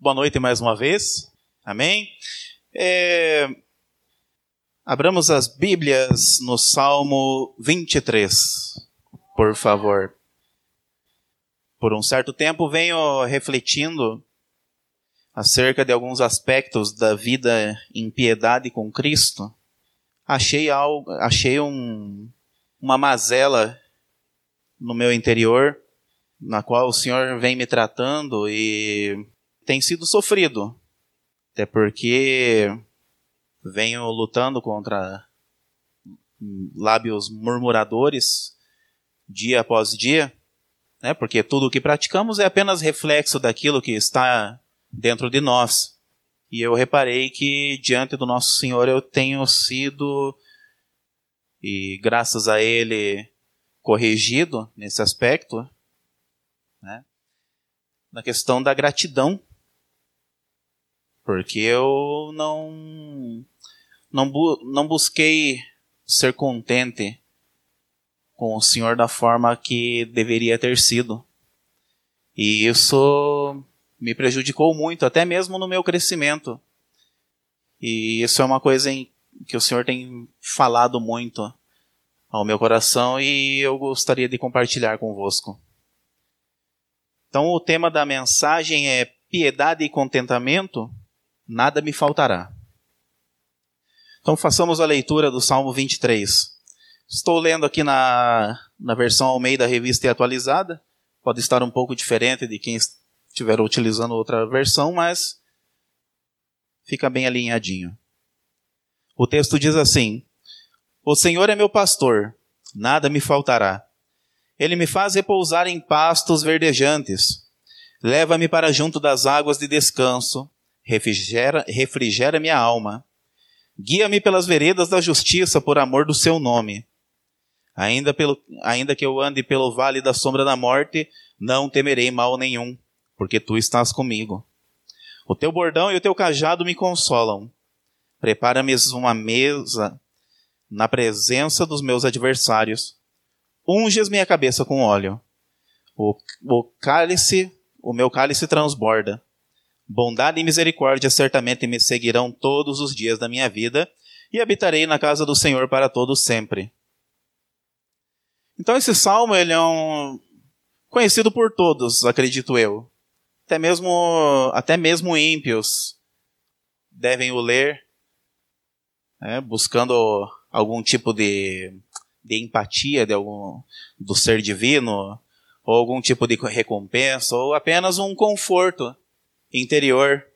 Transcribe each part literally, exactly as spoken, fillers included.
Boa noite mais uma vez. Amém? É... Abramos as Bíblias no Salmo vinte e três, por favor. Por um certo tempo venho refletindo acerca de alguns aspectos da vida em piedade com Cristo. Achei algo, achei um, uma mazela no meu interior, na qual o Senhor vem me tratando e tem sido sofrido. Até porque venho lutando contra lábios murmuradores dia após dia, né? Porque tudo o que praticamos é apenas reflexo daquilo que está dentro de nós. E eu reparei que diante do nosso Senhor eu tenho sido, e graças a Ele, corrigido nesse aspecto, né? Na questão da gratidão. Porque eu não, não, bu- não busquei ser contente com o Senhor da forma que deveria ter sido. E isso me prejudicou muito, até mesmo no meu crescimento. E isso é uma coisa em que o Senhor tem falado muito ao meu coração e eu gostaria de compartilhar convosco. Então o tema da mensagem é piedade e contentamento. Nada me faltará. Então façamos a leitura do Salmo vinte e três. Estou lendo aqui na, na versão Almeida Revista e Atualizada. Pode estar um pouco diferente de quem estiver utilizando outra versão, mas fica bem alinhadinho. O texto diz assim: O Senhor é meu pastor, nada me faltará. Ele me faz repousar em pastos verdejantes. Leva-me para junto das águas de descanso. Refrigera, refrigera minha alma. Guia-me pelas veredas da justiça por amor do seu nome. Ainda, pelo, ainda que eu ande pelo vale da sombra da morte, não temerei mal nenhum, porque tu estás comigo. O teu bordão e o teu cajado me consolam. Prepara-me uma mesa na presença dos meus adversários. Unges minha cabeça com óleo. O, o cálice, o meu cálice transborda. Bondade e misericórdia certamente me seguirão todos os dias da minha vida e habitarei na casa do Senhor para todo sempre. Então esse salmo ele é um conhecido por todos, acredito eu. Até mesmo, até mesmo ímpios devem o ler, né, buscando algum tipo de, de empatia de algum, do ser divino, ou algum tipo de recompensa, ou apenas um conforto interior.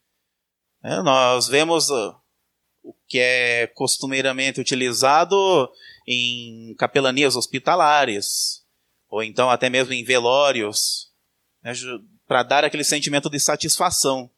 É, nós vemos uh, o que é costumeiramente utilizado em capelanias hospitalares, ou então até mesmo em velórios, né, para dar aquele sentimento de satisfação.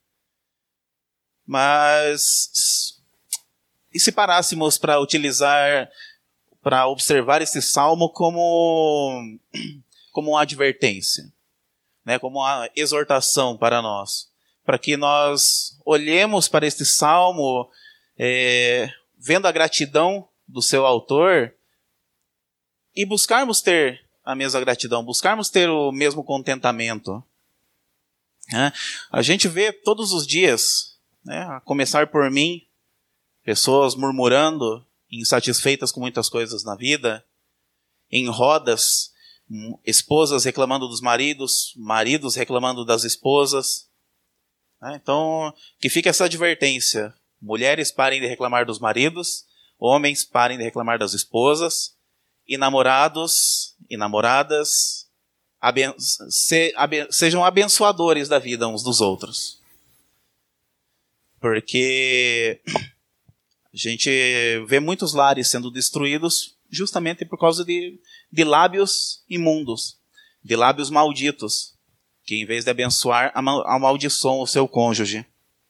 Mas, e se parássemos para utilizar, para observar esse salmo como, como uma advertência? Né, como uma exortação para nós, para que nós olhemos para este salmo, é, vendo a gratidão do seu autor, e buscarmos ter a mesma gratidão, buscarmos ter o mesmo contentamento. Né? A gente vê todos os dias, né, a começar por mim, pessoas murmurando, insatisfeitas com muitas coisas na vida, em rodas, esposas reclamando dos maridos, maridos reclamando das esposas. Então, que fique essa advertência. Mulheres parem de reclamar dos maridos, homens parem de reclamar das esposas, e namorados e namoradas aben- se, aben- sejam abençoadores da vida uns dos outros. Porque a gente vê muitos lares sendo destruídos justamente por causa de, de lábios imundos, de lábios malditos, que em vez de abençoar, amaldiçoam o seu cônjuge.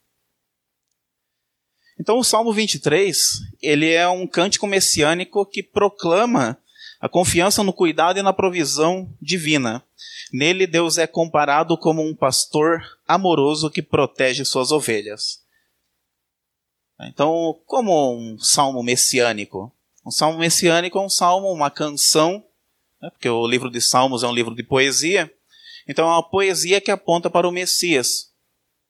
Então o Salmo vinte e três, ele é um cântico messiânico que proclama a confiança no cuidado e na provisão divina. Nele Deus é comparado como um pastor amoroso que protege suas ovelhas. Então, como um salmo messiânico? Um salmo messiânico é um salmo, uma canção, né, porque o livro de Salmos é um livro de poesia. Então é uma poesia que aponta para o Messias.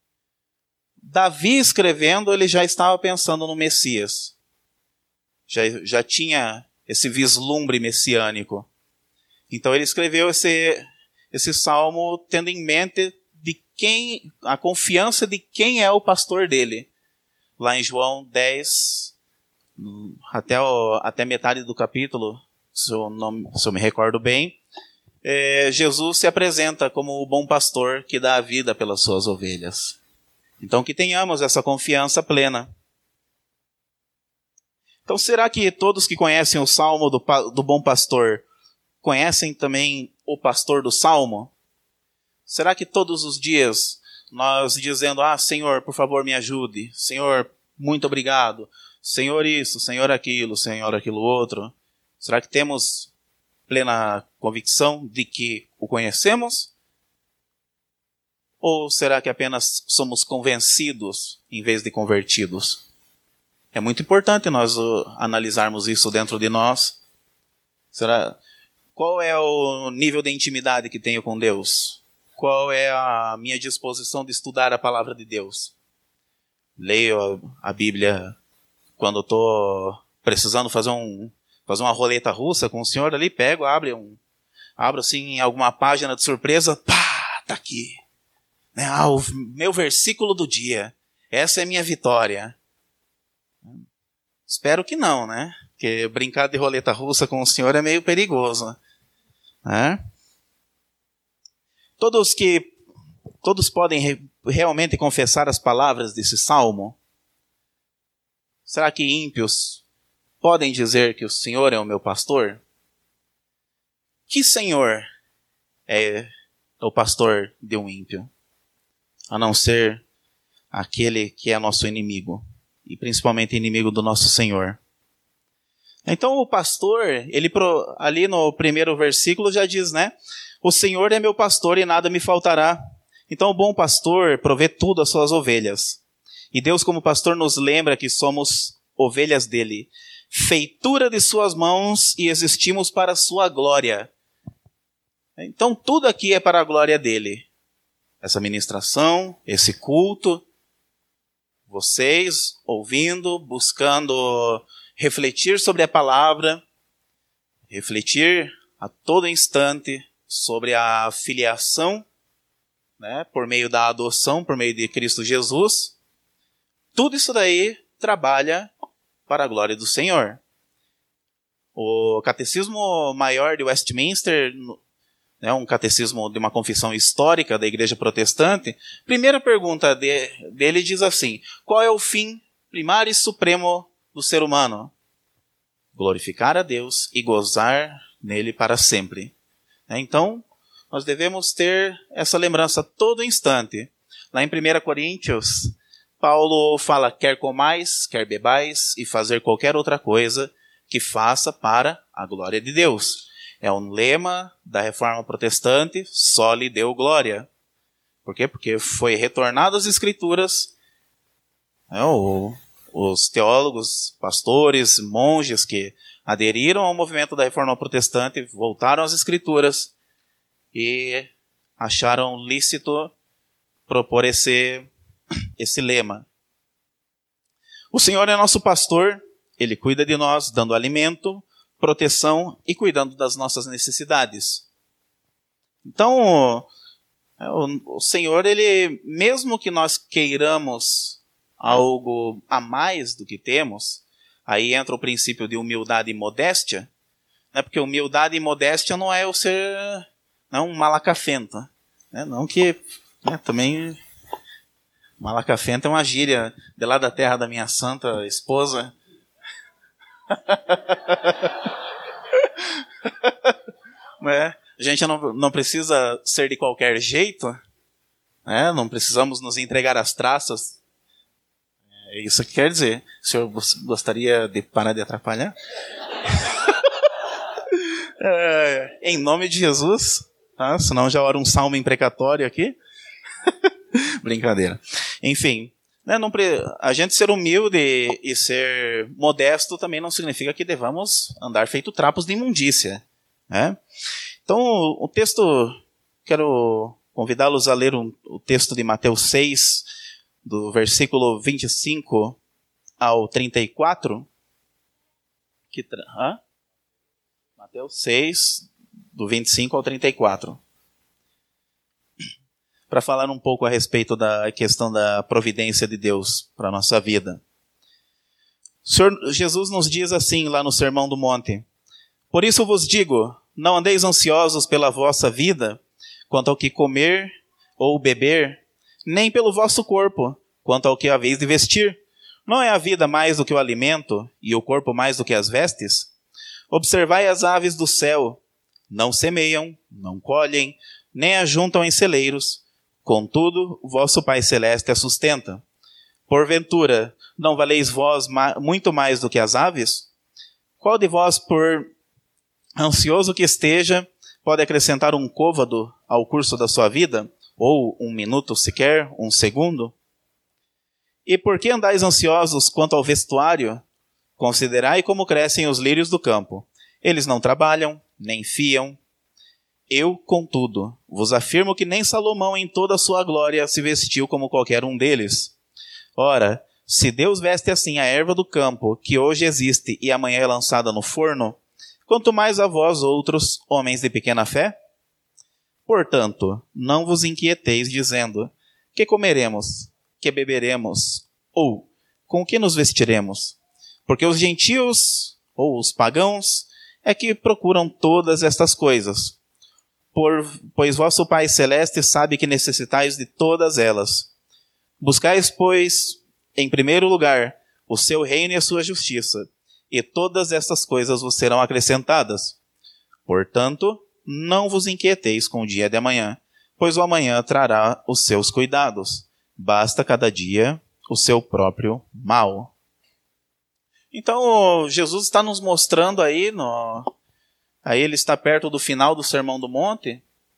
Davi escrevendo, ele já estava pensando no Messias. Já, já tinha esse vislumbre messiânico. Então ele escreveu esse, esse salmo tendo em mente de quem, a confiança de quem é o pastor dele. Lá em João dez, até, o, até metade do capítulo, se eu, não, se eu me recordo bem, é, Jesus se apresenta como o bom pastor que dá a vida pelas suas ovelhas. Então que tenhamos essa confiança plena. Então será que todos que conhecem o Salmo do, do Bom Pastor conhecem também o pastor do Salmo? Será que todos os dias nós dizendo, ah, Senhor, por favor me ajude, Senhor, muito obrigado, Senhor isso, Senhor aquilo, Senhor aquilo outro, será que temos plena convicção de que o conhecemos? Ou será que apenas somos convencidos em vez de convertidos? É muito importante nós uh, analisarmos isso dentro de nós. Será, qual é o nível de intimidade que tenho com Deus? Qual é a minha disposição de estudar a palavra de Deus? Leio a, a Bíblia quando estou precisando fazer, um, fazer uma roleta russa com o Senhor ali, pego, abro, um, abro assim alguma página de surpresa, pá, tá aqui. Ah, o meu versículo do dia. Essa é a minha vitória. Espero que não, né? Porque brincar de roleta russa com o Senhor é meio perigoso. Né? Todos que todos podem re, realmente confessar as palavras desse salmo? Será que ímpios podem dizer que o Senhor é o meu pastor? Que Senhor é o pastor de um ímpio? A não ser aquele que é nosso inimigo, e principalmente inimigo do nosso Senhor. Então o pastor, ele ali no primeiro versículo já diz, né? O Senhor é meu pastor e nada me faltará. Então o bom pastor provê tudo às suas ovelhas. E Deus como pastor nos lembra que somos ovelhas dele, feitura de suas mãos e existimos para a sua glória. Então tudo aqui é para a glória dele. Essa ministração, esse culto, vocês ouvindo, buscando refletir sobre a palavra, refletir a todo instante sobre a filiação, né, por meio da adoção, por meio de Cristo Jesus. Tudo isso daí trabalha para a glória do Senhor. O Catecismo Maior de Westminster, né, um catecismo de uma confissão histórica da Igreja Protestante, primeira pergunta de, dele diz assim: qual é o fim primário e supremo do ser humano? Glorificar a Deus e gozar nele para sempre. Então, nós devemos ter essa lembrança a todo instante. Lá em primeira Coríntios, Paulo fala, quer comais, quer bebais e fazer qualquer outra coisa que faça para a glória de Deus. É um lema da Reforma Protestante, só lhe deu glória. Por quê? Porque foi retornado às Escrituras. É, o, os teólogos, pastores, monges que aderiram ao movimento da Reforma Protestante voltaram às Escrituras e acharam lícito propor esse, esse lema. O Senhor é nosso pastor, Ele cuida de nós, dando alimento, proteção e cuidando das nossas necessidades. Então, o, o Senhor, Ele, mesmo que nós queiramos algo a mais do que temos, aí entra o princípio de humildade e modéstia, né? Porque humildade e modéstia não é o ser não, um malacafento. Né? Não que né, também malacafento é uma gíria de lá da terra da minha santa esposa. É, a gente não, não precisa ser de qualquer jeito, né? Não precisamos nos entregar às traças. É isso que quer dizer. O senhor gostaria de parar de atrapalhar? É, em nome de Jesus, tá? Senão já ora um salmo imprecatório aqui. Brincadeira. Enfim, né, não pre... a gente ser humilde e ser modesto também não significa que devamos andar feito trapos de imundícia. Né? Então, o texto, quero convidá-los a ler um, o texto de Mateus seis, do versículo vinte e cinco ao trinta e quatro. Que tra... Hã? Mateus seis, do vinte e cinco ao trinta e quatro. Para falar um pouco a respeito da questão da providência de Deus para a nossa vida. O Senhor Jesus nos diz assim lá no Sermão do Monte: por isso vos digo, não andeis ansiosos pela vossa vida, quanto ao que comer ou beber, nem pelo vosso corpo, quanto ao que haveis de vestir. Não é a vida mais do que o alimento, e o corpo mais do que as vestes? Observai as aves do céu, não semeiam, não colhem, nem ajuntam em celeiros, contudo, vosso Pai Celeste a sustenta. Porventura, não valeis vós ma- muito mais do que as aves? Qual de vós, por ansioso que esteja, pode acrescentar um côvado ao curso da sua vida? Ou um minuto sequer, um segundo? E por que andais ansiosos quanto ao vestuário? Considerai como crescem os lírios do campo. Eles não trabalham, nem fiam. Eu, contudo, vos afirmo que nem Salomão em toda a sua glória se vestiu como qualquer um deles. Ora, se Deus veste assim a erva do campo, que hoje existe e amanhã é lançada no forno, quanto mais a vós outros, homens de pequena fé? Portanto, não vos inquieteis dizendo, que comeremos, que beberemos, ou com que nos vestiremos? Porque os gentios, ou os pagãos, é que procuram todas estas coisas. Por, pois vosso Pai Celeste sabe que necessitais de todas elas. Buscais, pois, em primeiro lugar, o seu reino e a sua justiça, e todas estas coisas vos serão acrescentadas. Portanto, não vos inquieteis com o dia de amanhã, pois o amanhã trará os seus cuidados. Basta cada dia o seu próprio mal. Então, Jesus está nos mostrando aí, no, aí ele está perto do final do Sermão do Monte,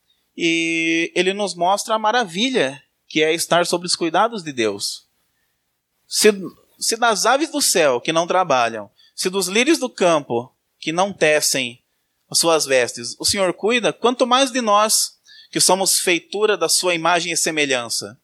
e ele nos mostra a maravilha que é estar sob os cuidados de Deus. Se, se das aves do céu que não trabalham, se dos lírios do campo que não tecem as suas vestes, o Senhor cuida, quanto mais de nós que somos feitura da sua imagem e semelhança.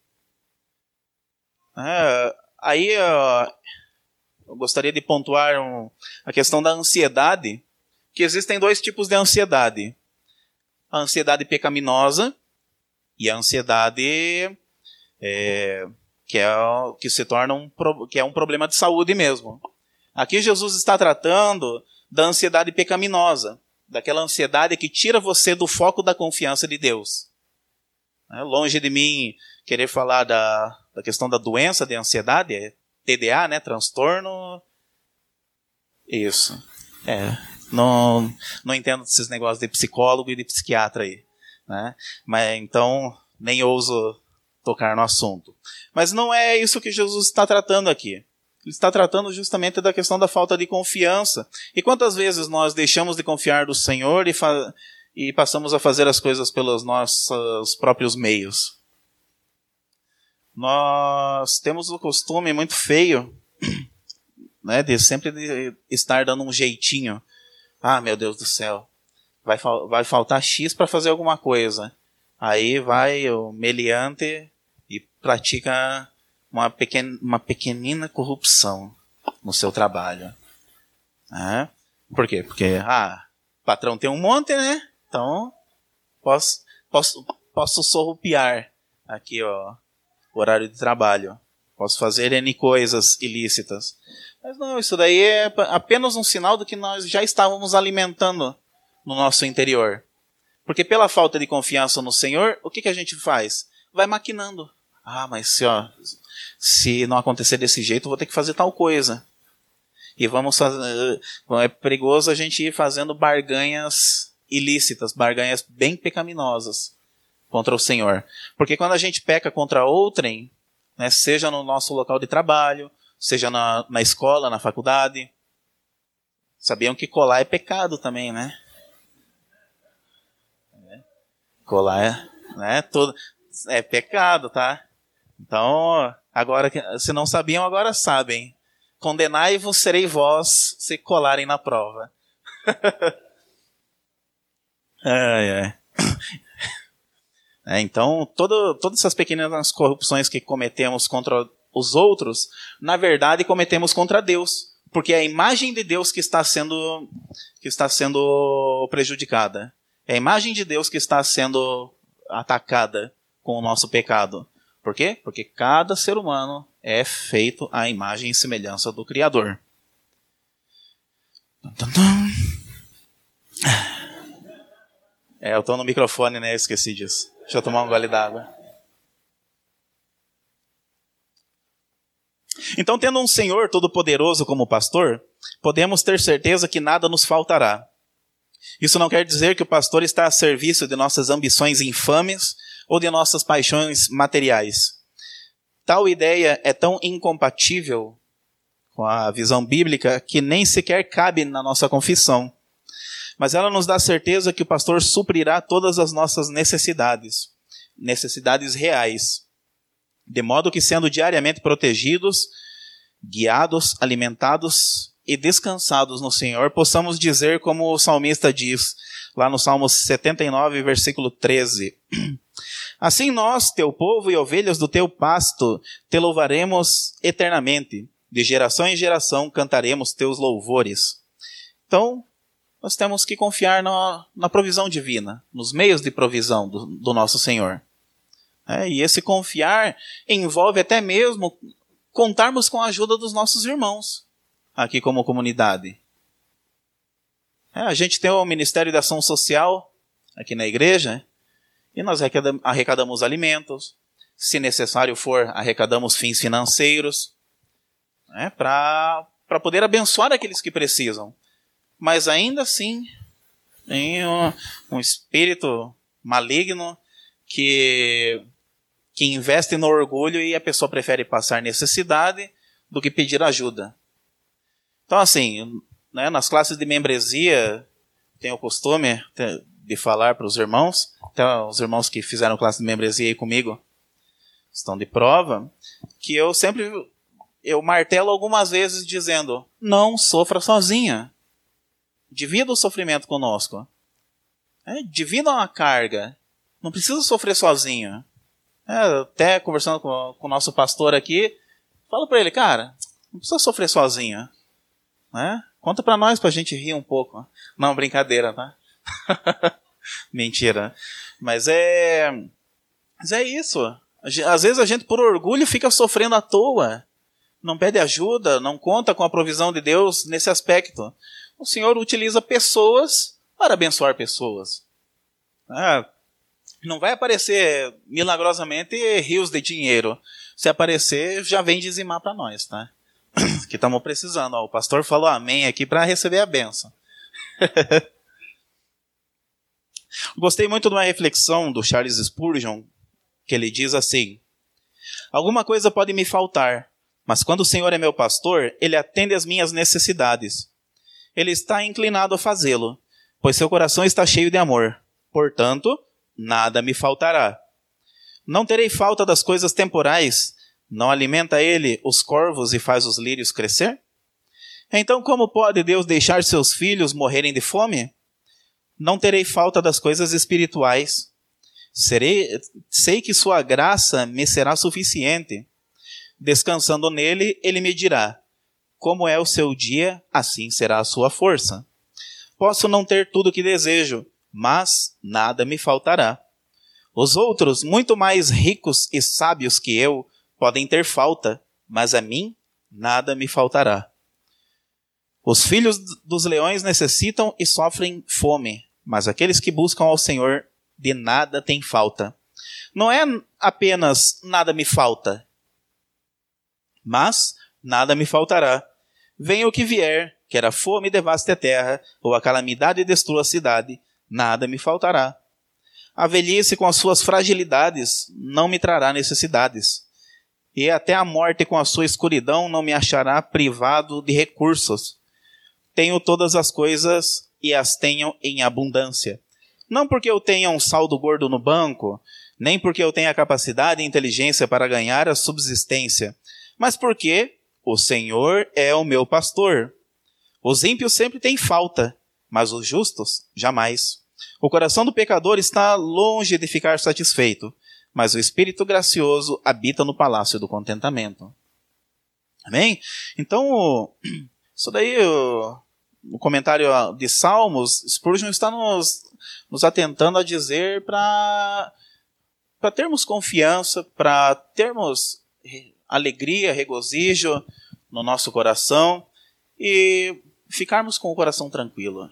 É, aí eu, eu gostaria de pontuar um, a questão da ansiedade, que existem dois tipos de ansiedade. A ansiedade pecaminosa e a ansiedade é, que, é, que se torna um, que é um problema de saúde mesmo. Aqui Jesus está tratando da ansiedade pecaminosa, daquela ansiedade que tira você do foco da confiança de Deus. É, longe de mim querer falar da, da questão da doença de ansiedade, é T D A, né, transtorno. Isso. É, não, não entendo desses negócios de psicólogo e de psiquiatra aí, né? Mas então nem ouso tocar no assunto. Mas não é isso que Jesus está tratando aqui. Ele está tratando justamente da questão da falta de confiança. E quantas vezes nós deixamos de confiar no Senhor e, fa- e passamos a fazer as coisas pelos nossos próprios meios? Nós temos o costume muito feio, né, de sempre de estar dando um jeitinho. Ah, meu Deus do céu, vai, fal- vai faltar X para fazer alguma coisa. Aí vai o meliante e pratica uma, pequen, uma pequenina corrupção no seu trabalho. É? Por quê? Porque, ah, o patrão tem um monte, né? Então, posso, posso, posso sorrupiar aqui, ó, o horário de trabalho. Posso fazer N coisas ilícitas. Mas não, isso daí é apenas um sinal do que nós já estávamos alimentando no nosso interior. Porque pela falta de confiança no Senhor, o que, que a gente faz? Vai maquinando. Ah, mas se, ó, se não acontecer desse jeito, eu vou ter que fazer tal coisa. E vamos fazer, é perigoso a gente ir fazendo barganhas ilícitas, barganhas bem pecaminosas contra o Senhor. Porque quando a gente peca contra outrem, né, seja no nosso local de trabalho, seja na, na escola, na faculdade, sabiam que colar é pecado também, né? É, colar é, né, tudo, é pecado, tá? Então, agora, se não sabiam, agora sabem. Condenai-vos serei vós se colarem na prova. ai, ai. É, então, todo, todas essas pequenas corrupções que cometemos contra os outros, na verdade, cometemos contra Deus. Porque é a imagem de Deus que está sendo, que está sendo prejudicada. É a imagem de Deus que está sendo atacada com o nosso pecado. Por quê? Porque cada ser humano é feito à imagem e semelhança do Criador. É, eu estou no microfone, né? Eu esqueci disso. Deixa eu tomar um gole d'água. Então, tendo um Senhor Todo-Poderoso como pastor, podemos ter certeza que nada nos faltará. Isso não quer dizer que o pastor está a serviço de nossas ambições infames ou de nossas paixões materiais. Tal ideia é tão incompatível com a visão bíblica que nem sequer cabe na nossa confissão. Mas ela nos dá certeza que o pastor suprirá todas as nossas necessidades, necessidades reais, de modo que, sendo diariamente protegidos, guiados, alimentados e descansados no Senhor, possamos dizer como o salmista diz, lá no Salmo setenta e nove, versículo treze. Assim nós, teu povo e ovelhas do teu pasto, te louvaremos eternamente. De geração em geração cantaremos teus louvores. Então, nós temos que confiar na, na provisão divina, nos meios de provisão do, do nosso Senhor. É, e esse confiar envolve até mesmo contarmos com a ajuda dos nossos irmãos, aqui como comunidade. É, a gente tem o Ministério de Ação Social aqui na igreja, e nós arrecadamos alimentos, se necessário for, arrecadamos fins financeiros, né, para para poder abençoar aqueles que precisam. Mas ainda assim, tem um, um espírito maligno que, que investe no orgulho e a pessoa prefere passar necessidade do que pedir ajuda. Então, assim, né, nas classes de membresia, tenho o costume de falar para os irmãos, até os irmãos que fizeram classe de membresia aí comigo estão de prova, que eu sempre eu martelo algumas vezes dizendo, não sofra sozinha. Divida o sofrimento conosco. É, divida uma carga. Não precisa sofrer sozinho. É, até conversando com, com o nosso pastor aqui, falo para ele, cara, não precisa sofrer sozinho. Né? Conta para nós, para a gente rir um pouco. Não, brincadeira, tá? Mentira. Mas é, mas é isso. Às vezes a gente, por orgulho, fica sofrendo à toa. Não pede ajuda, não conta com a provisão de Deus nesse aspecto. O Senhor utiliza pessoas para abençoar pessoas. Ah, não vai aparecer milagrosamente rios de dinheiro. Se aparecer, já vem dizimar para nós, tá? Que estamos precisando. Ó, o pastor falou amém aqui para receber a bênção. Gostei muito de uma reflexão do Charles Spurgeon, que ele diz assim: alguma coisa pode me faltar, mas quando o Senhor é meu pastor, Ele atende às minhas necessidades. Ele está inclinado a fazê-lo, pois seu coração está cheio de amor. Portanto, nada me faltará. Não terei falta das coisas temporais. Não alimenta Ele os corvos e faz os lírios crescer? Então, como pode Deus deixar seus filhos morrerem de fome? Não terei falta das coisas espirituais. Serei, sei que sua graça me será suficiente. Descansando nele, ele me dirá, como é o seu dia, assim será a sua força. Posso não ter tudo o que desejo, mas nada me faltará. Os outros, muito mais ricos e sábios que eu, podem ter falta, mas a mim nada me faltará. Os filhos dos leões necessitam e sofrem fome, mas aqueles que buscam ao Senhor de nada têm falta. Não é apenas nada me falta, mas nada me faltará. Venha o que vier, quer a fome devaste a terra, ou a calamidade destrua a cidade, nada me faltará. A velhice com as suas fragilidades não me trará necessidades, e até a morte com a sua escuridão não me achará privado de recursos. Tenho todas as coisas e as tenho em abundância. Não porque eu tenha um saldo gordo no banco, nem porque eu tenha capacidade e inteligência para ganhar a subsistência, mas porque o Senhor é o meu pastor. Os ímpios sempre têm falta, mas os justos, jamais. O coração do pecador está longe de ficar satisfeito, mas o Espírito gracioso habita no palácio do contentamento. Amém? Então, isso daí, o, o comentário de Salmos, Spurgeon está nos, nos atentando a dizer para para termos confiança, para termos alegria, regozijo no nosso coração e ficarmos com o coração tranquilo.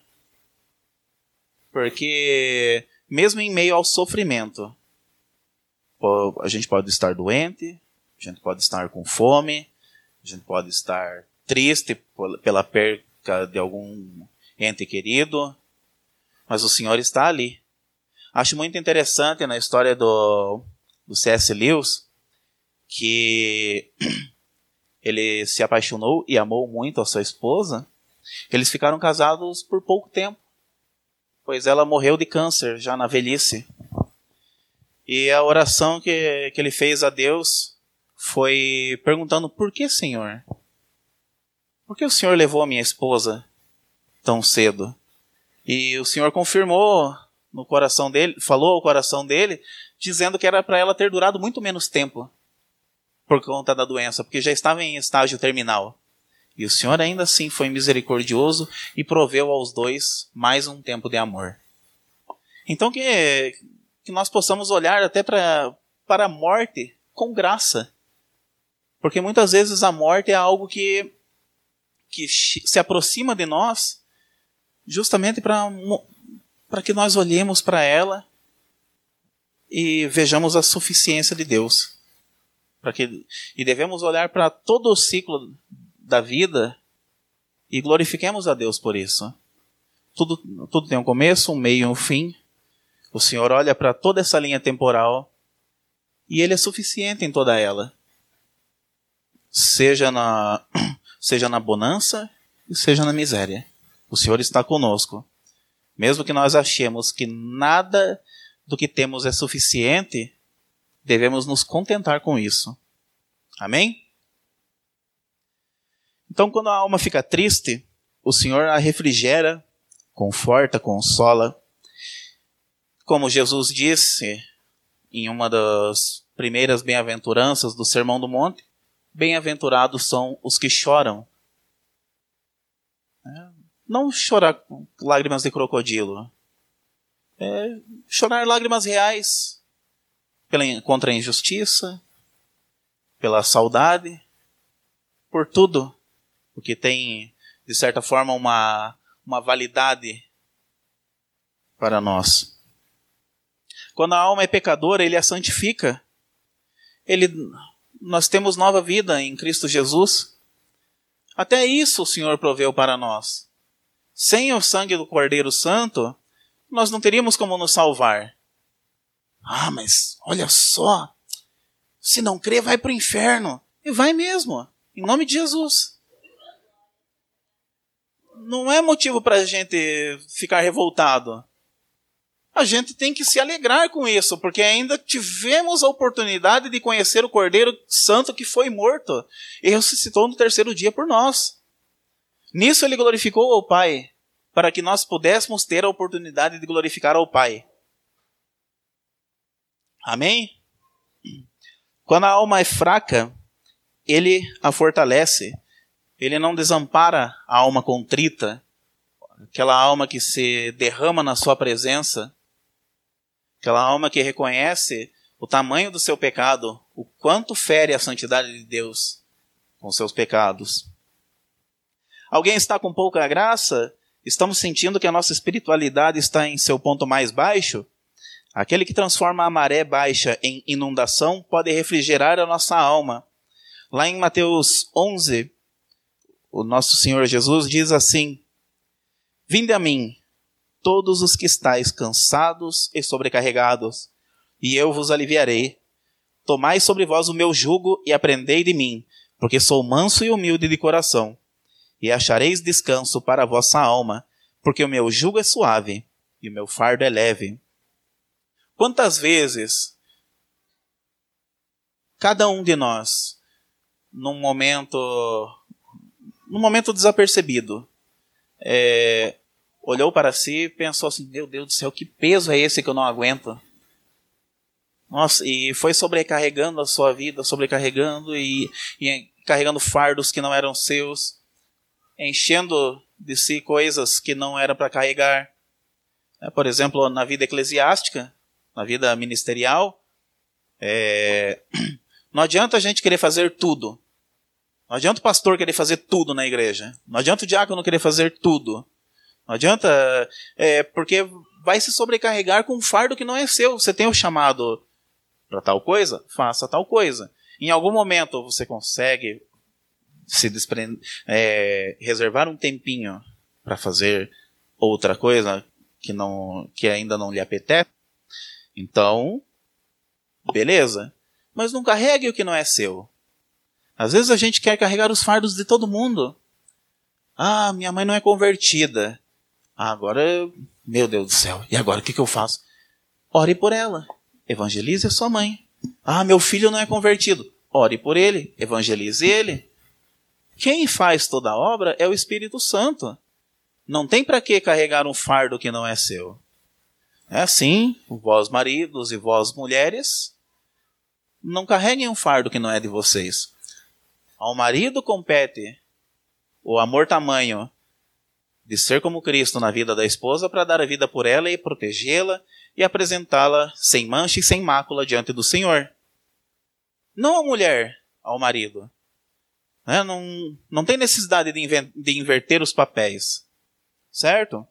Porque mesmo em meio ao sofrimento, a gente pode estar doente, a gente pode estar com fome, a gente pode estar triste pela perca de algum ente querido, mas o Senhor está ali. Acho muito interessante na história do, do C S Lewis que ele se apaixonou e amou muito a sua esposa. Eles ficaram casados por pouco tempo, pois ela morreu de câncer já na velhice. E a oração que, que ele fez a Deus foi perguntando: por que, Senhor? Por que o Senhor levou a minha esposa tão cedo? E o Senhor confirmou no coração dele, falou ao coração dele, dizendo que era para ela ter durado muito menos tempo por conta da doença, porque já estava em estágio terminal. E o Senhor ainda assim foi misericordioso e proveu aos dois mais um tempo de amor. Então que, que nós possamos olhar até pra, para a morte com graça. Porque muitas vezes a morte é algo que, que se aproxima de nós justamente para para que nós olhemos para ela e vejamos a suficiência de Deus. Para que, e devemos olhar para todo o ciclo da vida e glorifiquemos a Deus por isso. Tudo, tudo tem um começo, um meio e um fim. O Senhor olha para toda essa linha temporal e Ele é suficiente em toda ela. Seja na, seja na bonança e seja na miséria. O Senhor está conosco. Mesmo que nós achemos que nada do que temos é suficiente, devemos nos contentar com isso. Amém? Então, quando a alma fica triste, o Senhor a refrigera, conforta, consola. Como Jesus disse em uma das primeiras bem-aventuranças do Sermão do Monte, bem-aventurados são os que choram. Não chorar com lágrimas de crocodilo. É chorar lágrimas reais pela, contra a injustiça, pela saudade, por tudo o que tem, de certa forma, uma, uma validade para nós. Quando a alma é pecadora, Ele a santifica. Ele, nós temos nova vida em Cristo Jesus. Até isso o Senhor proveu para nós. Sem o sangue do Cordeiro Santo, nós não teríamos como nos salvar. Ah, mas olha só, se não crer, vai para o inferno. E vai mesmo, em nome de Jesus. Não é motivo para a gente ficar revoltado. A gente tem que se alegrar com isso, porque ainda tivemos a oportunidade de conhecer o Cordeiro Santo que foi morto e ressuscitou no terceiro dia por nós. Nisso Ele glorificou ao Pai, para que nós pudéssemos ter a oportunidade de glorificar ao Pai. Amém? Quando a alma é fraca, Ele a fortalece. Ele não desampara a alma contrita, aquela alma que se derrama na sua presença, aquela alma que reconhece o tamanho do seu pecado, o quanto fere a santidade de Deus com seus pecados. Alguém está com pouca graça? Estamos sentindo que a nossa espiritualidade está em seu ponto mais baixo? Aquele que transforma a maré baixa em inundação pode refrigerar a nossa alma. Lá em Mateus onze, o nosso Senhor Jesus diz assim: Vinde a mim, todos os que estáis cansados e sobrecarregados, e eu vos aliviarei. Tomai sobre vós o meu jugo e aprendei de mim, porque sou manso e humilde de coração, e achareis descanso para a vossa alma, porque o meu jugo é suave e o meu fardo é leve. Quantas vezes cada um de nós, num momento, num momento desapercebido, é, olhou para si e pensou assim, meu Deus do céu, que peso é esse que eu não aguento? Nossa, e foi sobrecarregando a sua vida, sobrecarregando e, e carregando fardos que não eram seus, enchendo de si coisas que não era para carregar. Por exemplo, na vida eclesiástica, na vida ministerial, é... não adianta a gente querer fazer tudo. Não adianta o pastor querer fazer tudo na igreja. Não adianta o diácono querer fazer tudo. Não adianta, é, porque vai se sobrecarregar com um fardo que não é seu. Você tem o chamado para tal coisa, faça tal coisa. Em algum momento você consegue se desprender, é, reservar um tempinho para fazer outra coisa que, não, que ainda não lhe apetece. Então, beleza. Mas não carregue o que não é seu. Às vezes a gente quer carregar os fardos de todo mundo. Ah, minha mãe não é convertida. Ah, agora, meu Deus do céu, e agora o que, que eu faço? Ore por ela. Evangelize a sua mãe. Ah, meu filho não é convertido. Ore por ele. Evangelize ele. Quem faz toda a obra é o Espírito Santo. Não tem para que carregar um fardo que não é seu. É assim, vós maridos e vós mulheres, não carreguem um fardo que não é de vocês. Ao marido compete o amor tamanho de ser como Cristo na vida da esposa para dar a vida por ela e protegê-la e apresentá-la sem mancha e sem mácula diante do Senhor. Não a mulher ao marido. É, não, não tem necessidade de, inven- de inverter os papéis. Certo?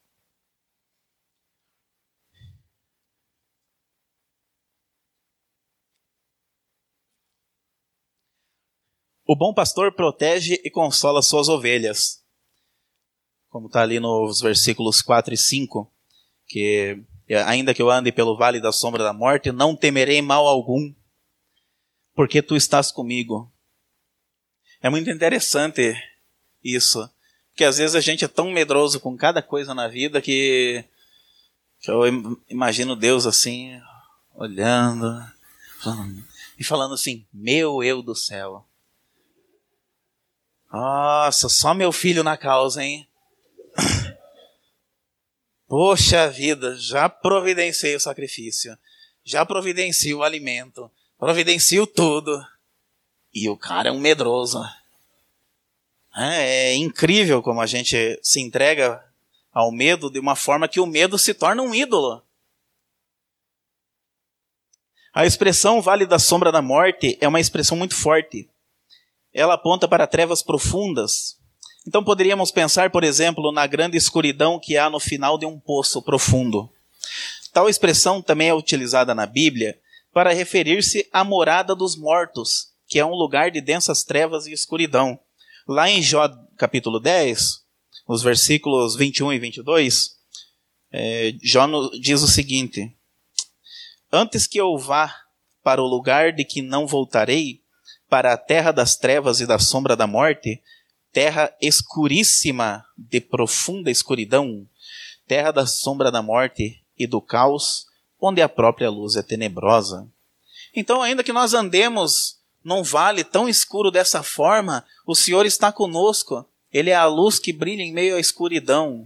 O bom pastor protege e consola suas ovelhas. Como está ali nos versículos quatro e cinco. Que ainda que eu ande pelo vale da sombra da morte, não temerei mal algum, porque tu estás comigo. É muito interessante isso. Porque às vezes a gente é tão medroso com cada coisa na vida que, que eu imagino Deus assim, olhando e falando assim, meu eu do céu. Nossa, só meu filho na causa, hein? Poxa vida, já providenciei o sacrifício, já providencio o alimento, providencio tudo. E o cara é um medroso. É, é incrível como a gente se entrega ao medo de uma forma que o medo se torna um ídolo. A expressão vale da sombra da morte é uma expressão muito forte. Ela aponta para trevas profundas. Então poderíamos pensar, por exemplo, na grande escuridão que há no final de um poço profundo. Tal expressão também é utilizada na Bíblia para referir-se à morada dos mortos, que é um lugar de densas trevas e escuridão. Lá em Jó capítulo dez, os versículos vinte e um e vinte e dois, é, Jó diz o seguinte: antes que eu vá para o lugar de que não voltarei, para a terra das trevas e da sombra da morte, terra escuríssima de profunda escuridão, terra da sombra da morte e do caos, onde a própria luz é tenebrosa. Então, ainda que nós andemos num vale tão escuro dessa forma, o Senhor está conosco. Ele é a luz que brilha em meio à escuridão.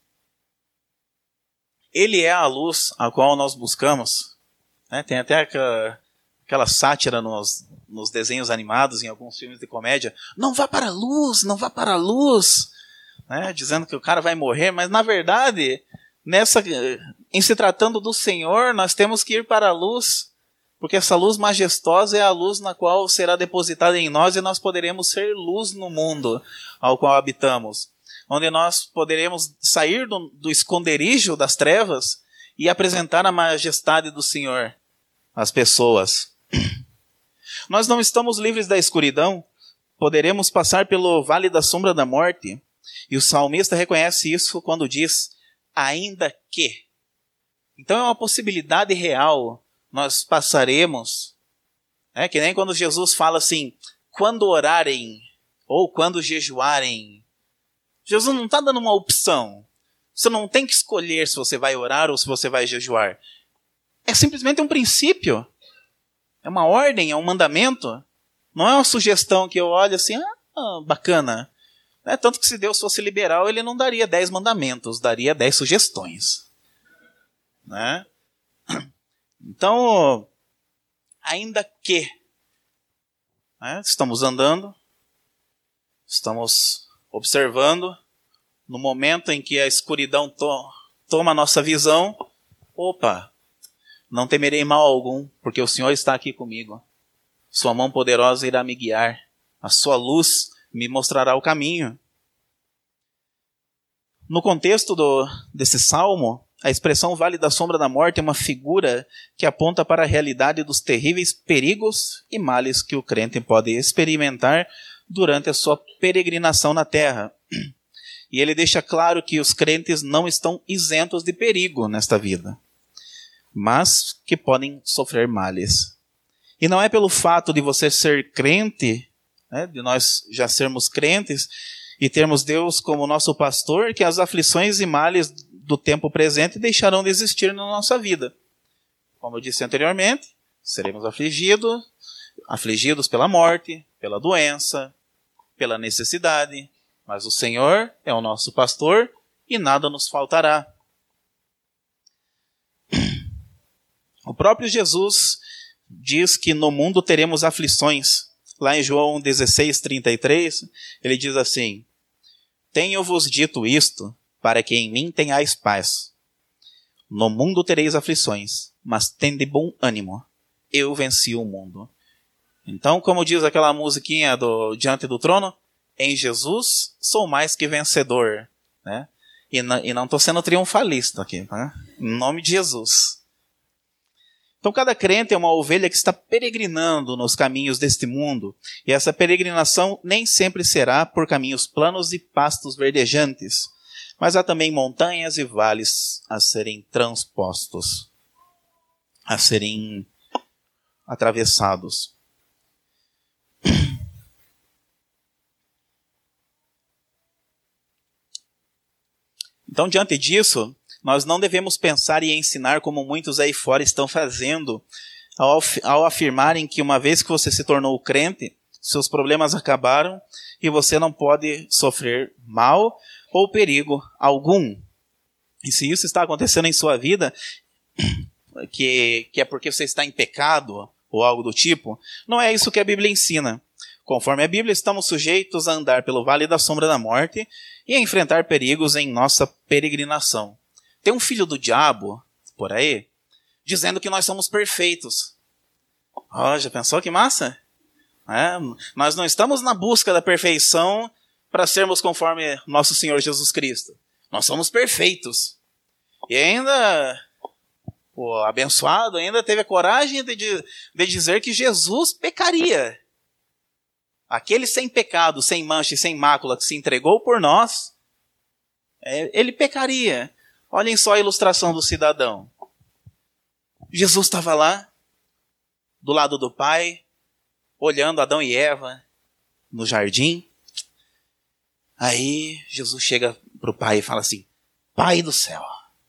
Ele é a luz a qual nós buscamos. É, tem até aquela, aquela sátira nos, nos desenhos animados, em alguns filmes de comédia. Não vá para a luz, não vá para a luz. É, dizendo que o cara vai morrer, mas na verdade, nessa, em se tratando do Senhor, nós temos que ir para a luz. Porque essa luz majestosa é a luz na qual será depositada em nós e nós poderemos ser luz no mundo ao qual habitamos. Onde nós poderemos sair do, do esconderijo das trevas e apresentar a majestade do Senhor às pessoas. Nós não estamos livres da escuridão, poderemos passar pelo vale da sombra da morte. E o salmista reconhece isso quando diz, ainda que. Então é uma possibilidade real. Nós passaremos, é que nem quando Jesus fala assim, quando orarem ou quando jejuarem. Jesus não está dando uma opção. Você não tem que escolher se você vai orar ou se você vai jejuar. É simplesmente um princípio. É uma ordem, é um mandamento. Não é uma sugestão que eu olho assim, ah, bacana. Né? Tanto que se Deus fosse liberal, ele não daria dez mandamentos, daria dez sugestões. Né? Então, ainda que né, estamos andando, estamos observando, no momento em que a escuridão to- toma a nossa visão, opa, não temerei mal algum, porque o Senhor está aqui comigo. Sua mão poderosa irá me guiar, a sua luz me mostrará o caminho. No contexto do, desse salmo, a expressão vale da sombra da morte é uma figura que aponta para a realidade dos terríveis perigos e males que o crente pode experimentar durante a sua peregrinação na terra. E ele deixa claro que os crentes não estão isentos de perigo nesta vida, mas que podem sofrer males. E não é pelo fato de você ser crente, né, de nós já sermos crentes e termos Deus como nosso pastor, que as aflições e males do tempo presente deixarão de existir na nossa vida. Como eu disse anteriormente, seremos afligidos, afligidos pela morte, pela doença, pela necessidade, mas o Senhor é o nosso pastor e nada nos faltará. O próprio Jesus diz que no mundo teremos aflições. Lá em João dezesseis, trinta e três, ele diz assim: tenho-vos dito isto, para que em mim tenhais paz. No mundo tereis aflições, mas tende bom ânimo. Eu venci o mundo. Então, como diz aquela musiquinha do Diante do Trono, em Jesus sou mais que vencedor. Né? E, n- e não estou sendo triunfalista aqui. Né? Em nome de Jesus. Então, cada crente é uma ovelha que está peregrinando nos caminhos deste mundo. E essa peregrinação nem sempre será por caminhos planos e pastos verdejantes. Mas há também montanhas e vales a serem transpostos, a serem atravessados. Então, diante disso, nós não devemos pensar e ensinar como muitos aí fora estão fazendo, ao, ao afirmarem que uma vez que você se tornou crente, seus problemas acabaram e você não pode sofrer mal ou perigo algum. E se isso está acontecendo em sua vida, que, que é porque você está em pecado ou algo do tipo, não é isso que a Bíblia ensina. Conforme a Bíblia, estamos sujeitos a andar pelo vale da sombra da morte e a enfrentar perigos em nossa peregrinação. Tem um filho do diabo, por aí, dizendo que nós somos perfeitos. Oh, já pensou que massa? É, nós não estamos na busca da perfeição para sermos conforme nosso Senhor Jesus Cristo. Nós somos perfeitos. E ainda, o abençoado ainda teve a coragem de, de, de dizer que Jesus pecaria. Aquele sem pecado, sem mancha e sem mácula que se entregou por nós, é, ele pecaria. Olhem só a ilustração do cidadão. Jesus estava lá, do lado do Pai, olhando Adão e Eva no jardim. Aí Jesus chega para o Pai e fala assim: Pai do céu,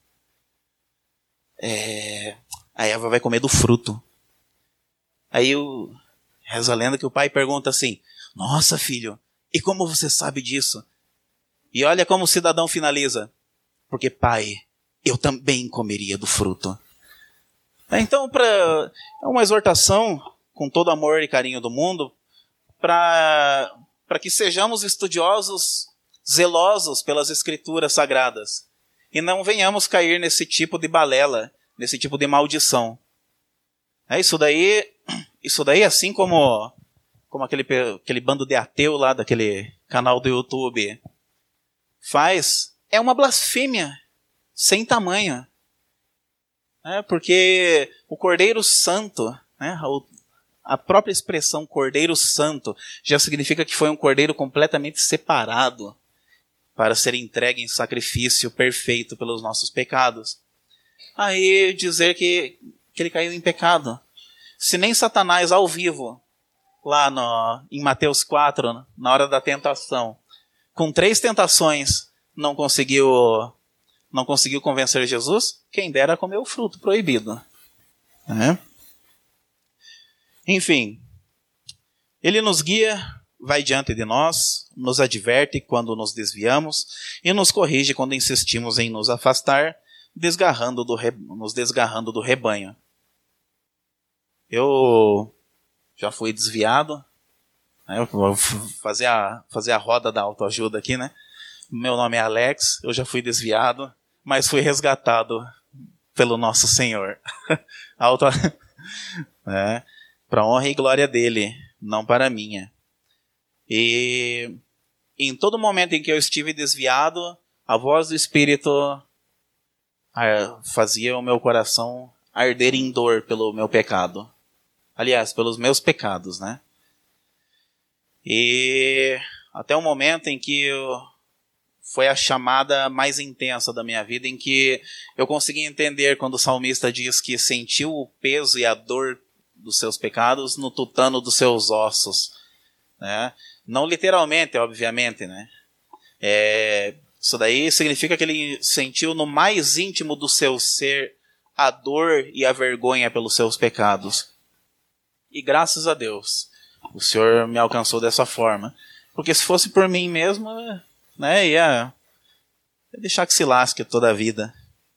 é... a Eva vai comer do fruto. Aí o... reza a lenda que o Pai pergunta assim: nossa, filho, e como você sabe disso? E olha como o cidadão finaliza: porque, Pai, eu também comeria do fruto. Então, pra... é uma exortação, com todo amor e carinho do mundo, para para que sejamos estudiosos, zelosos pelas Escrituras Sagradas, e não venhamos cair nesse tipo de balela, nesse tipo de maldição. É isso daí, isso daí, assim como, como aquele, aquele bando de ateu lá daquele canal do YouTube faz, é uma blasfêmia sem tamanho. É, porque o Cordeiro Santo, né, a própria expressão Cordeiro Santo já significa que foi um cordeiro completamente separado para ser entregue em sacrifício perfeito pelos nossos pecados. Aí dizer que, que ele caiu em pecado. Se nem Satanás ao vivo, lá no, em Mateus quatro, na hora da tentação, com três tentações, não conseguiu, não conseguiu convencer Jesus, quem dera comer o fruto proibido. É? Enfim, ele nos guia, vai diante de nós, nos adverte quando nos desviamos e nos corrige quando insistimos em nos afastar, desgarrando do re... nos desgarrando do rebanho. Eu já fui desviado, né? Eu vou fazer a, fazer a roda da autoajuda aqui, né? Meu nome é Alex, eu já fui desviado, mas fui resgatado pelo nosso Senhor. Auto... é, para honra e glória dele, não para a minha. E em todo momento em que eu estive desviado, a voz do Espírito fazia o meu coração arder em dor pelo meu pecado. Aliás, pelos meus pecados, né? E até o momento em que eu, foi a chamada mais intensa da minha vida, em que eu consegui entender quando o salmista diz que sentiu o peso e a dor dos seus pecados no tutano dos seus ossos, né? Não literalmente, obviamente, né? É, isso daí significa que ele sentiu no mais íntimo do seu ser a dor e a vergonha pelos seus pecados. E graças a Deus, o Senhor me alcançou dessa forma. Porque se fosse por mim mesmo, né, ia, ia deixar que se lasque toda a vida.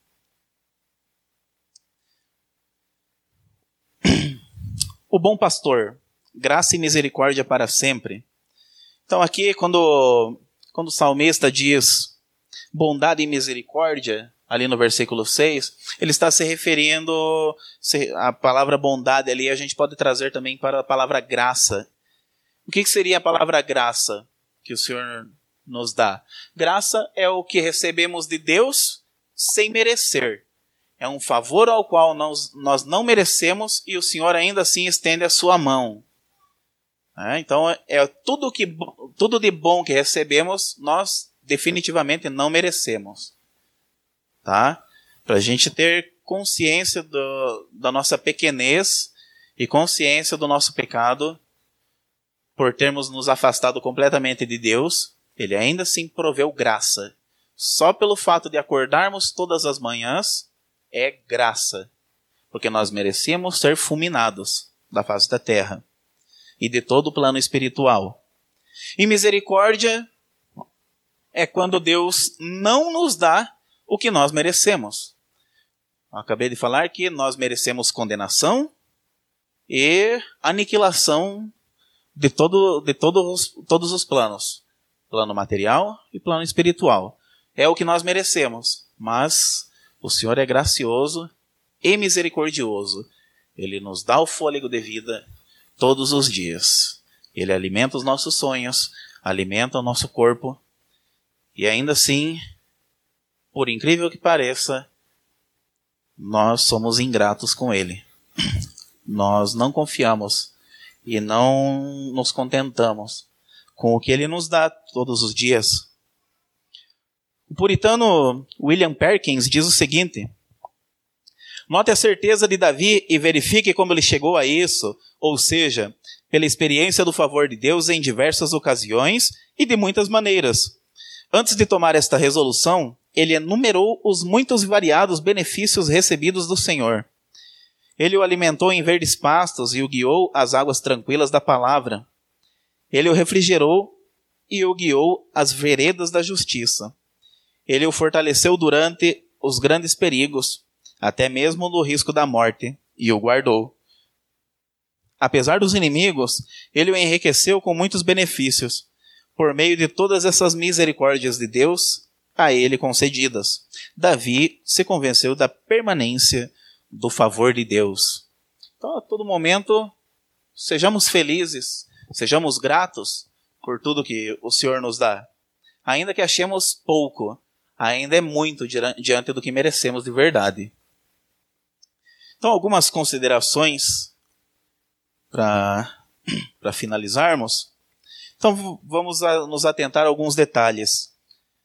O bom pastor, graça e misericórdia para sempre. Então aqui, quando, quando o salmista diz bondade e misericórdia, ali no versículo seis, ele está se referindo, a palavra bondade ali a gente pode trazer também para a palavra graça. O que seria a palavra graça que o Senhor nos dá? Graça é o que recebemos de Deus sem merecer. É um favor ao qual nós, nós não merecemos e o Senhor ainda assim estende a sua mão. É, então, é tudo, que, tudo de bom que recebemos, nós definitivamente não merecemos. Tá? Para a gente ter consciência do, da nossa pequenez e consciência do nosso pecado, por termos nos afastado completamente de Deus, Ele ainda assim proveu graça. Só pelo fato de acordarmos todas as manhãs, é graça. Porque nós merecíamos ser fulminados da face da terra e de todo o plano espiritual. E misericórdia é quando Deus não nos dá o que nós merecemos. Eu acabei de falar que nós merecemos condenação e aniquilação de, todo, de todos, todos os planos. Plano material e plano espiritual. É o que nós merecemos. Mas o Senhor é gracioso e misericordioso. Ele nos dá o fôlego de vida todos os dias. Ele alimenta os nossos sonhos, alimenta o nosso corpo. E ainda assim, por incrível que pareça, nós somos ingratos com Ele. Nós não confiamos e não nos contentamos com o que Ele nos dá todos os dias. O puritano William Perkins diz o seguinte: note a certeza de Davi e verifique como ele chegou a isso, ou seja, pela experiência do favor de Deus em diversas ocasiões e de muitas maneiras. Antes de tomar esta resolução, ele enumerou os muitos e variados benefícios recebidos do Senhor. Ele o alimentou em verdes pastos e o guiou às águas tranquilas da palavra. Ele o refrigerou e o guiou às veredas da justiça. Ele o fortaleceu durante os grandes perigos, até mesmo no risco da morte, e o guardou. Apesar dos inimigos, ele o enriqueceu com muitos benefícios, por meio de todas essas misericórdias de Deus a ele concedidas. Davi se convenceu da permanência do favor de Deus. Então, a todo momento, sejamos felizes, sejamos gratos por tudo que o Senhor nos dá. Ainda que achemos pouco, ainda é muito diante do que merecemos de verdade. Então, algumas considerações para para finalizarmos. Então, vamos a, nos atentar a alguns detalhes.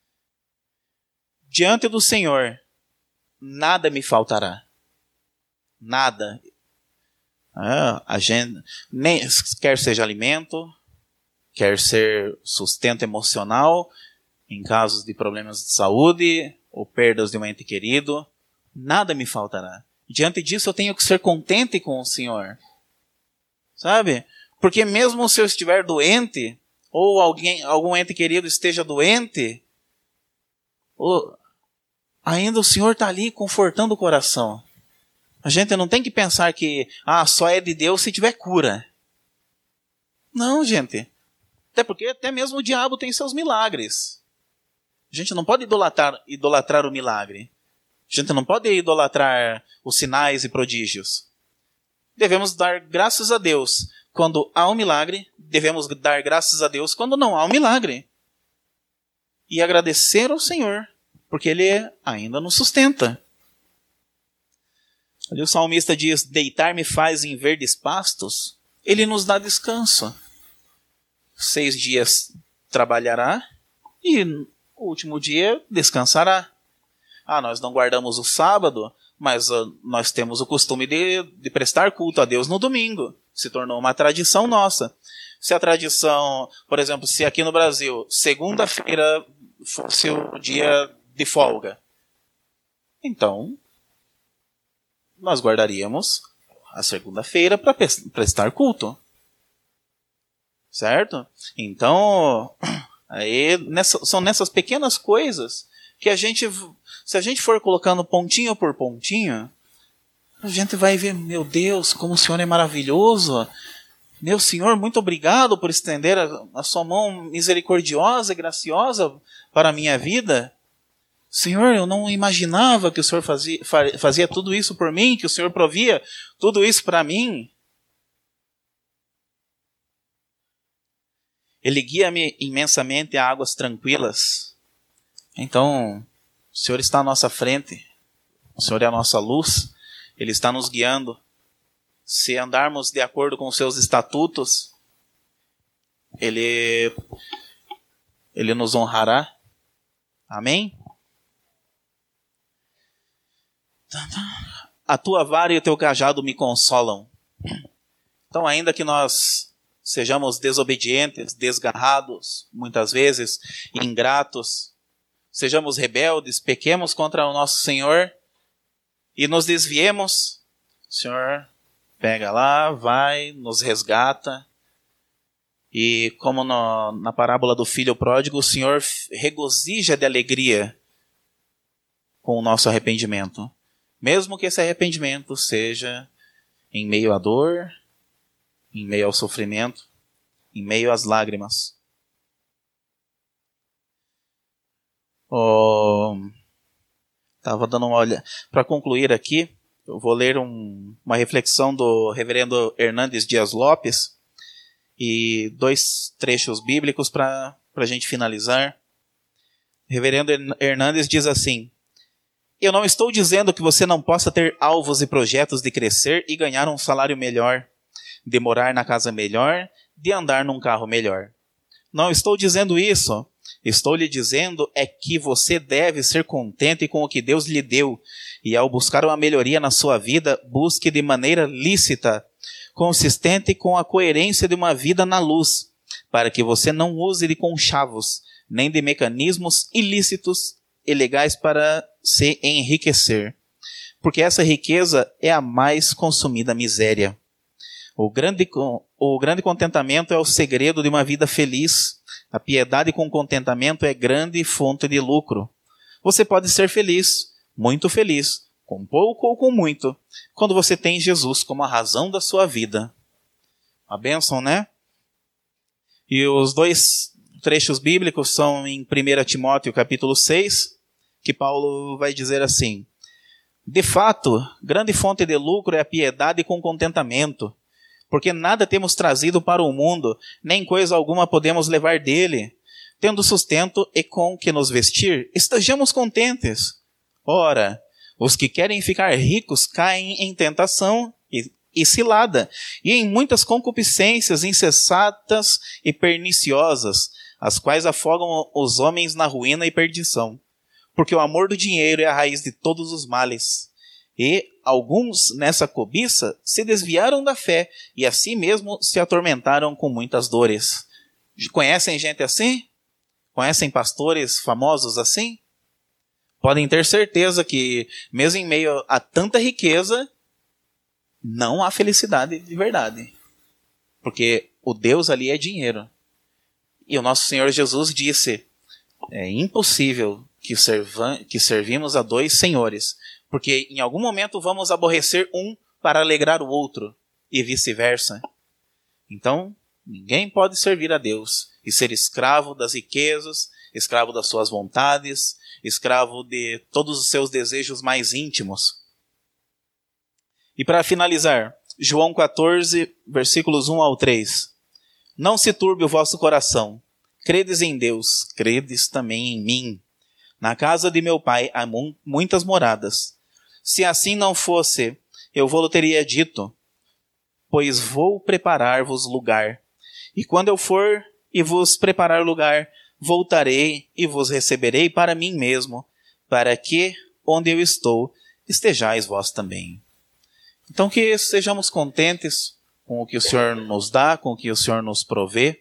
Diante do Senhor, nada me faltará. Nada. Ah, a gente, nem, quer seja alimento, quer ser sustento emocional, em casos de problemas de saúde ou perdas de um ente querido, nada me faltará. Diante disso, eu tenho que ser contente com o Senhor. Sabe? Porque mesmo se eu estiver doente, ou alguém, algum ente querido esteja doente, ou ainda o Senhor está ali confortando o coração. A gente não tem que pensar que ah, só é de Deus se tiver cura. Não, gente. Até porque até mesmo o diabo tem seus milagres. A gente não pode idolatrar, idolatrar o milagre. A gente não pode idolatrar os sinais e prodígios. Devemos dar graças a Deus quando há um milagre. Devemos dar graças a Deus quando não há um milagre. E agradecer ao Senhor, porque Ele ainda nos sustenta. Ali o salmista diz, deitar-me faz em verdes pastos. Ele nos dá descanso. Seis dias trabalhará e no último dia descansará. Ah, nós não guardamos o sábado, mas uh, nós temos o costume de, de prestar culto a Deus no domingo. Se tornou uma tradição nossa. Se a tradição, por exemplo, se aqui no Brasil, segunda-feira fosse o dia de folga, então nós guardaríamos a segunda-feira para prestar culto. Certo? Então, aí, nessa, são nessas pequenas coisas que a gente, se a gente for colocando pontinho por pontinho, a gente vai ver, meu Deus, como o Senhor é maravilhoso. Meu Senhor, muito obrigado por estender a, a sua mão misericordiosa e graciosa para a minha vida. Senhor, eu não imaginava que o Senhor fazia, fazia tudo isso por mim, que o Senhor provia tudo isso para mim. Ele guia-me imensamente a águas tranquilas. Então, o Senhor está à nossa frente. O Senhor é a nossa luz. Ele está nos guiando. Se andarmos de acordo com os seus estatutos, Ele, Ele nos honrará. Amém? A tua vara e o teu cajado me consolam. Então, ainda que nós sejamos desobedientes, desgarrados, muitas vezes ingratos, sejamos rebeldes, pequemos contra o nosso Senhor e nos desviemos, o Senhor pega lá, vai, nos resgata. E como no, na parábola do filho pródigo, o Senhor regozija de alegria com o nosso arrependimento. Mesmo que esse arrependimento seja em meio à dor, em meio ao sofrimento, em meio às lágrimas. Oh, estava dando uma olhada. Para concluir aqui, eu vou ler um, uma reflexão do reverendo Hernandes Dias Lopes e dois trechos bíblicos para a gente finalizar. O reverendo Hernandes diz assim: eu não estou dizendo que você não possa ter alvos e projetos de crescer e ganhar um salário melhor, de morar na casa melhor, de andar num carro melhor. Não estou dizendo isso. Estou lhe dizendo é que você deve ser contente com o que Deus lhe deu e ao buscar uma melhoria na sua vida, busque de maneira lícita, consistente com a coerência de uma vida na luz, para que você não use de conchavos, nem de mecanismos ilícitos e legais para se enriquecer, porque essa riqueza é a mais consumida miséria. O grande, o grande contentamento é o segredo de uma vida feliz. A piedade com contentamento é grande fonte de lucro. Você pode ser feliz, muito feliz, com pouco ou com muito, quando você tem Jesus como a razão da sua vida. Uma bênção, né? E os dois trechos bíblicos são em primeira Timóteo capítulo seis, que Paulo vai dizer assim: de fato, grande fonte de lucro é a piedade com contentamento, porque nada temos trazido para o mundo, nem coisa alguma podemos levar dele. Tendo sustento e com que nos vestir, estejamos contentes. Ora, os que querem ficar ricos caem em tentação e, e cilada, e em muitas concupiscências insensatas e perniciosas, as quais afogam os homens na ruína e perdição. Porque o amor do dinheiro é a raiz de todos os males. E alguns, nessa cobiça, se desviaram da fé e assim mesmo se atormentaram com muitas dores. Conhecem gente assim? Conhecem pastores famosos assim? Podem ter certeza que, mesmo em meio a tanta riqueza, não há felicidade de verdade. Porque o Deus ali é dinheiro. E o nosso Senhor Jesus disse, é impossível que, serva, que servimos a dois senhores, porque em algum momento vamos aborrecer um para alegrar o outro, e vice-versa. Então, ninguém pode servir a Deus e ser escravo das riquezas, escravo das suas vontades, escravo de todos os seus desejos mais íntimos. E para finalizar, João quatorze, versículos um ao três. Não se turbe o vosso coração. Credes em Deus, credes também em mim. Na casa de meu pai há mu- muitas moradas. Se assim não fosse, eu vou-lo teria dito, pois vou preparar-vos lugar. E quando eu for e vos preparar lugar, voltarei e vos receberei para mim mesmo, para que, onde eu estou, estejais vós também. Então que sejamos contentes com o que o Senhor nos dá, com o que o Senhor nos provê,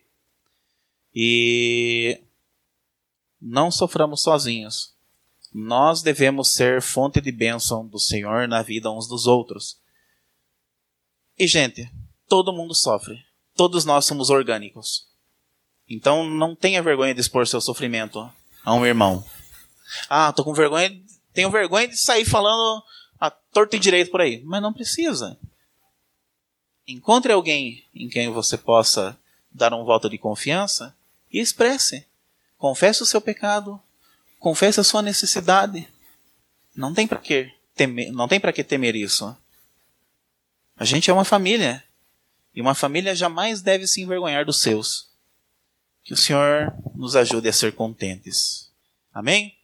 e não soframos sozinhos. Nós devemos ser fonte de bênção do Senhor na vida uns dos outros. E, gente, todo mundo sofre. Todos nós somos orgânicos. Então, não tenha vergonha de expor seu sofrimento a um irmão. Ah, tô com vergonha, tenho vergonha de sair falando a torto e direito por aí. Mas não precisa. Encontre alguém em quem você possa dar um voto de confiança e expresse. Confesse o seu pecado. Confesse a sua necessidade. Não tem para que temer, não tem para que temer isso. A gente é uma família. E uma família jamais deve se envergonhar dos seus. Que o Senhor nos ajude a ser contentes. Amém?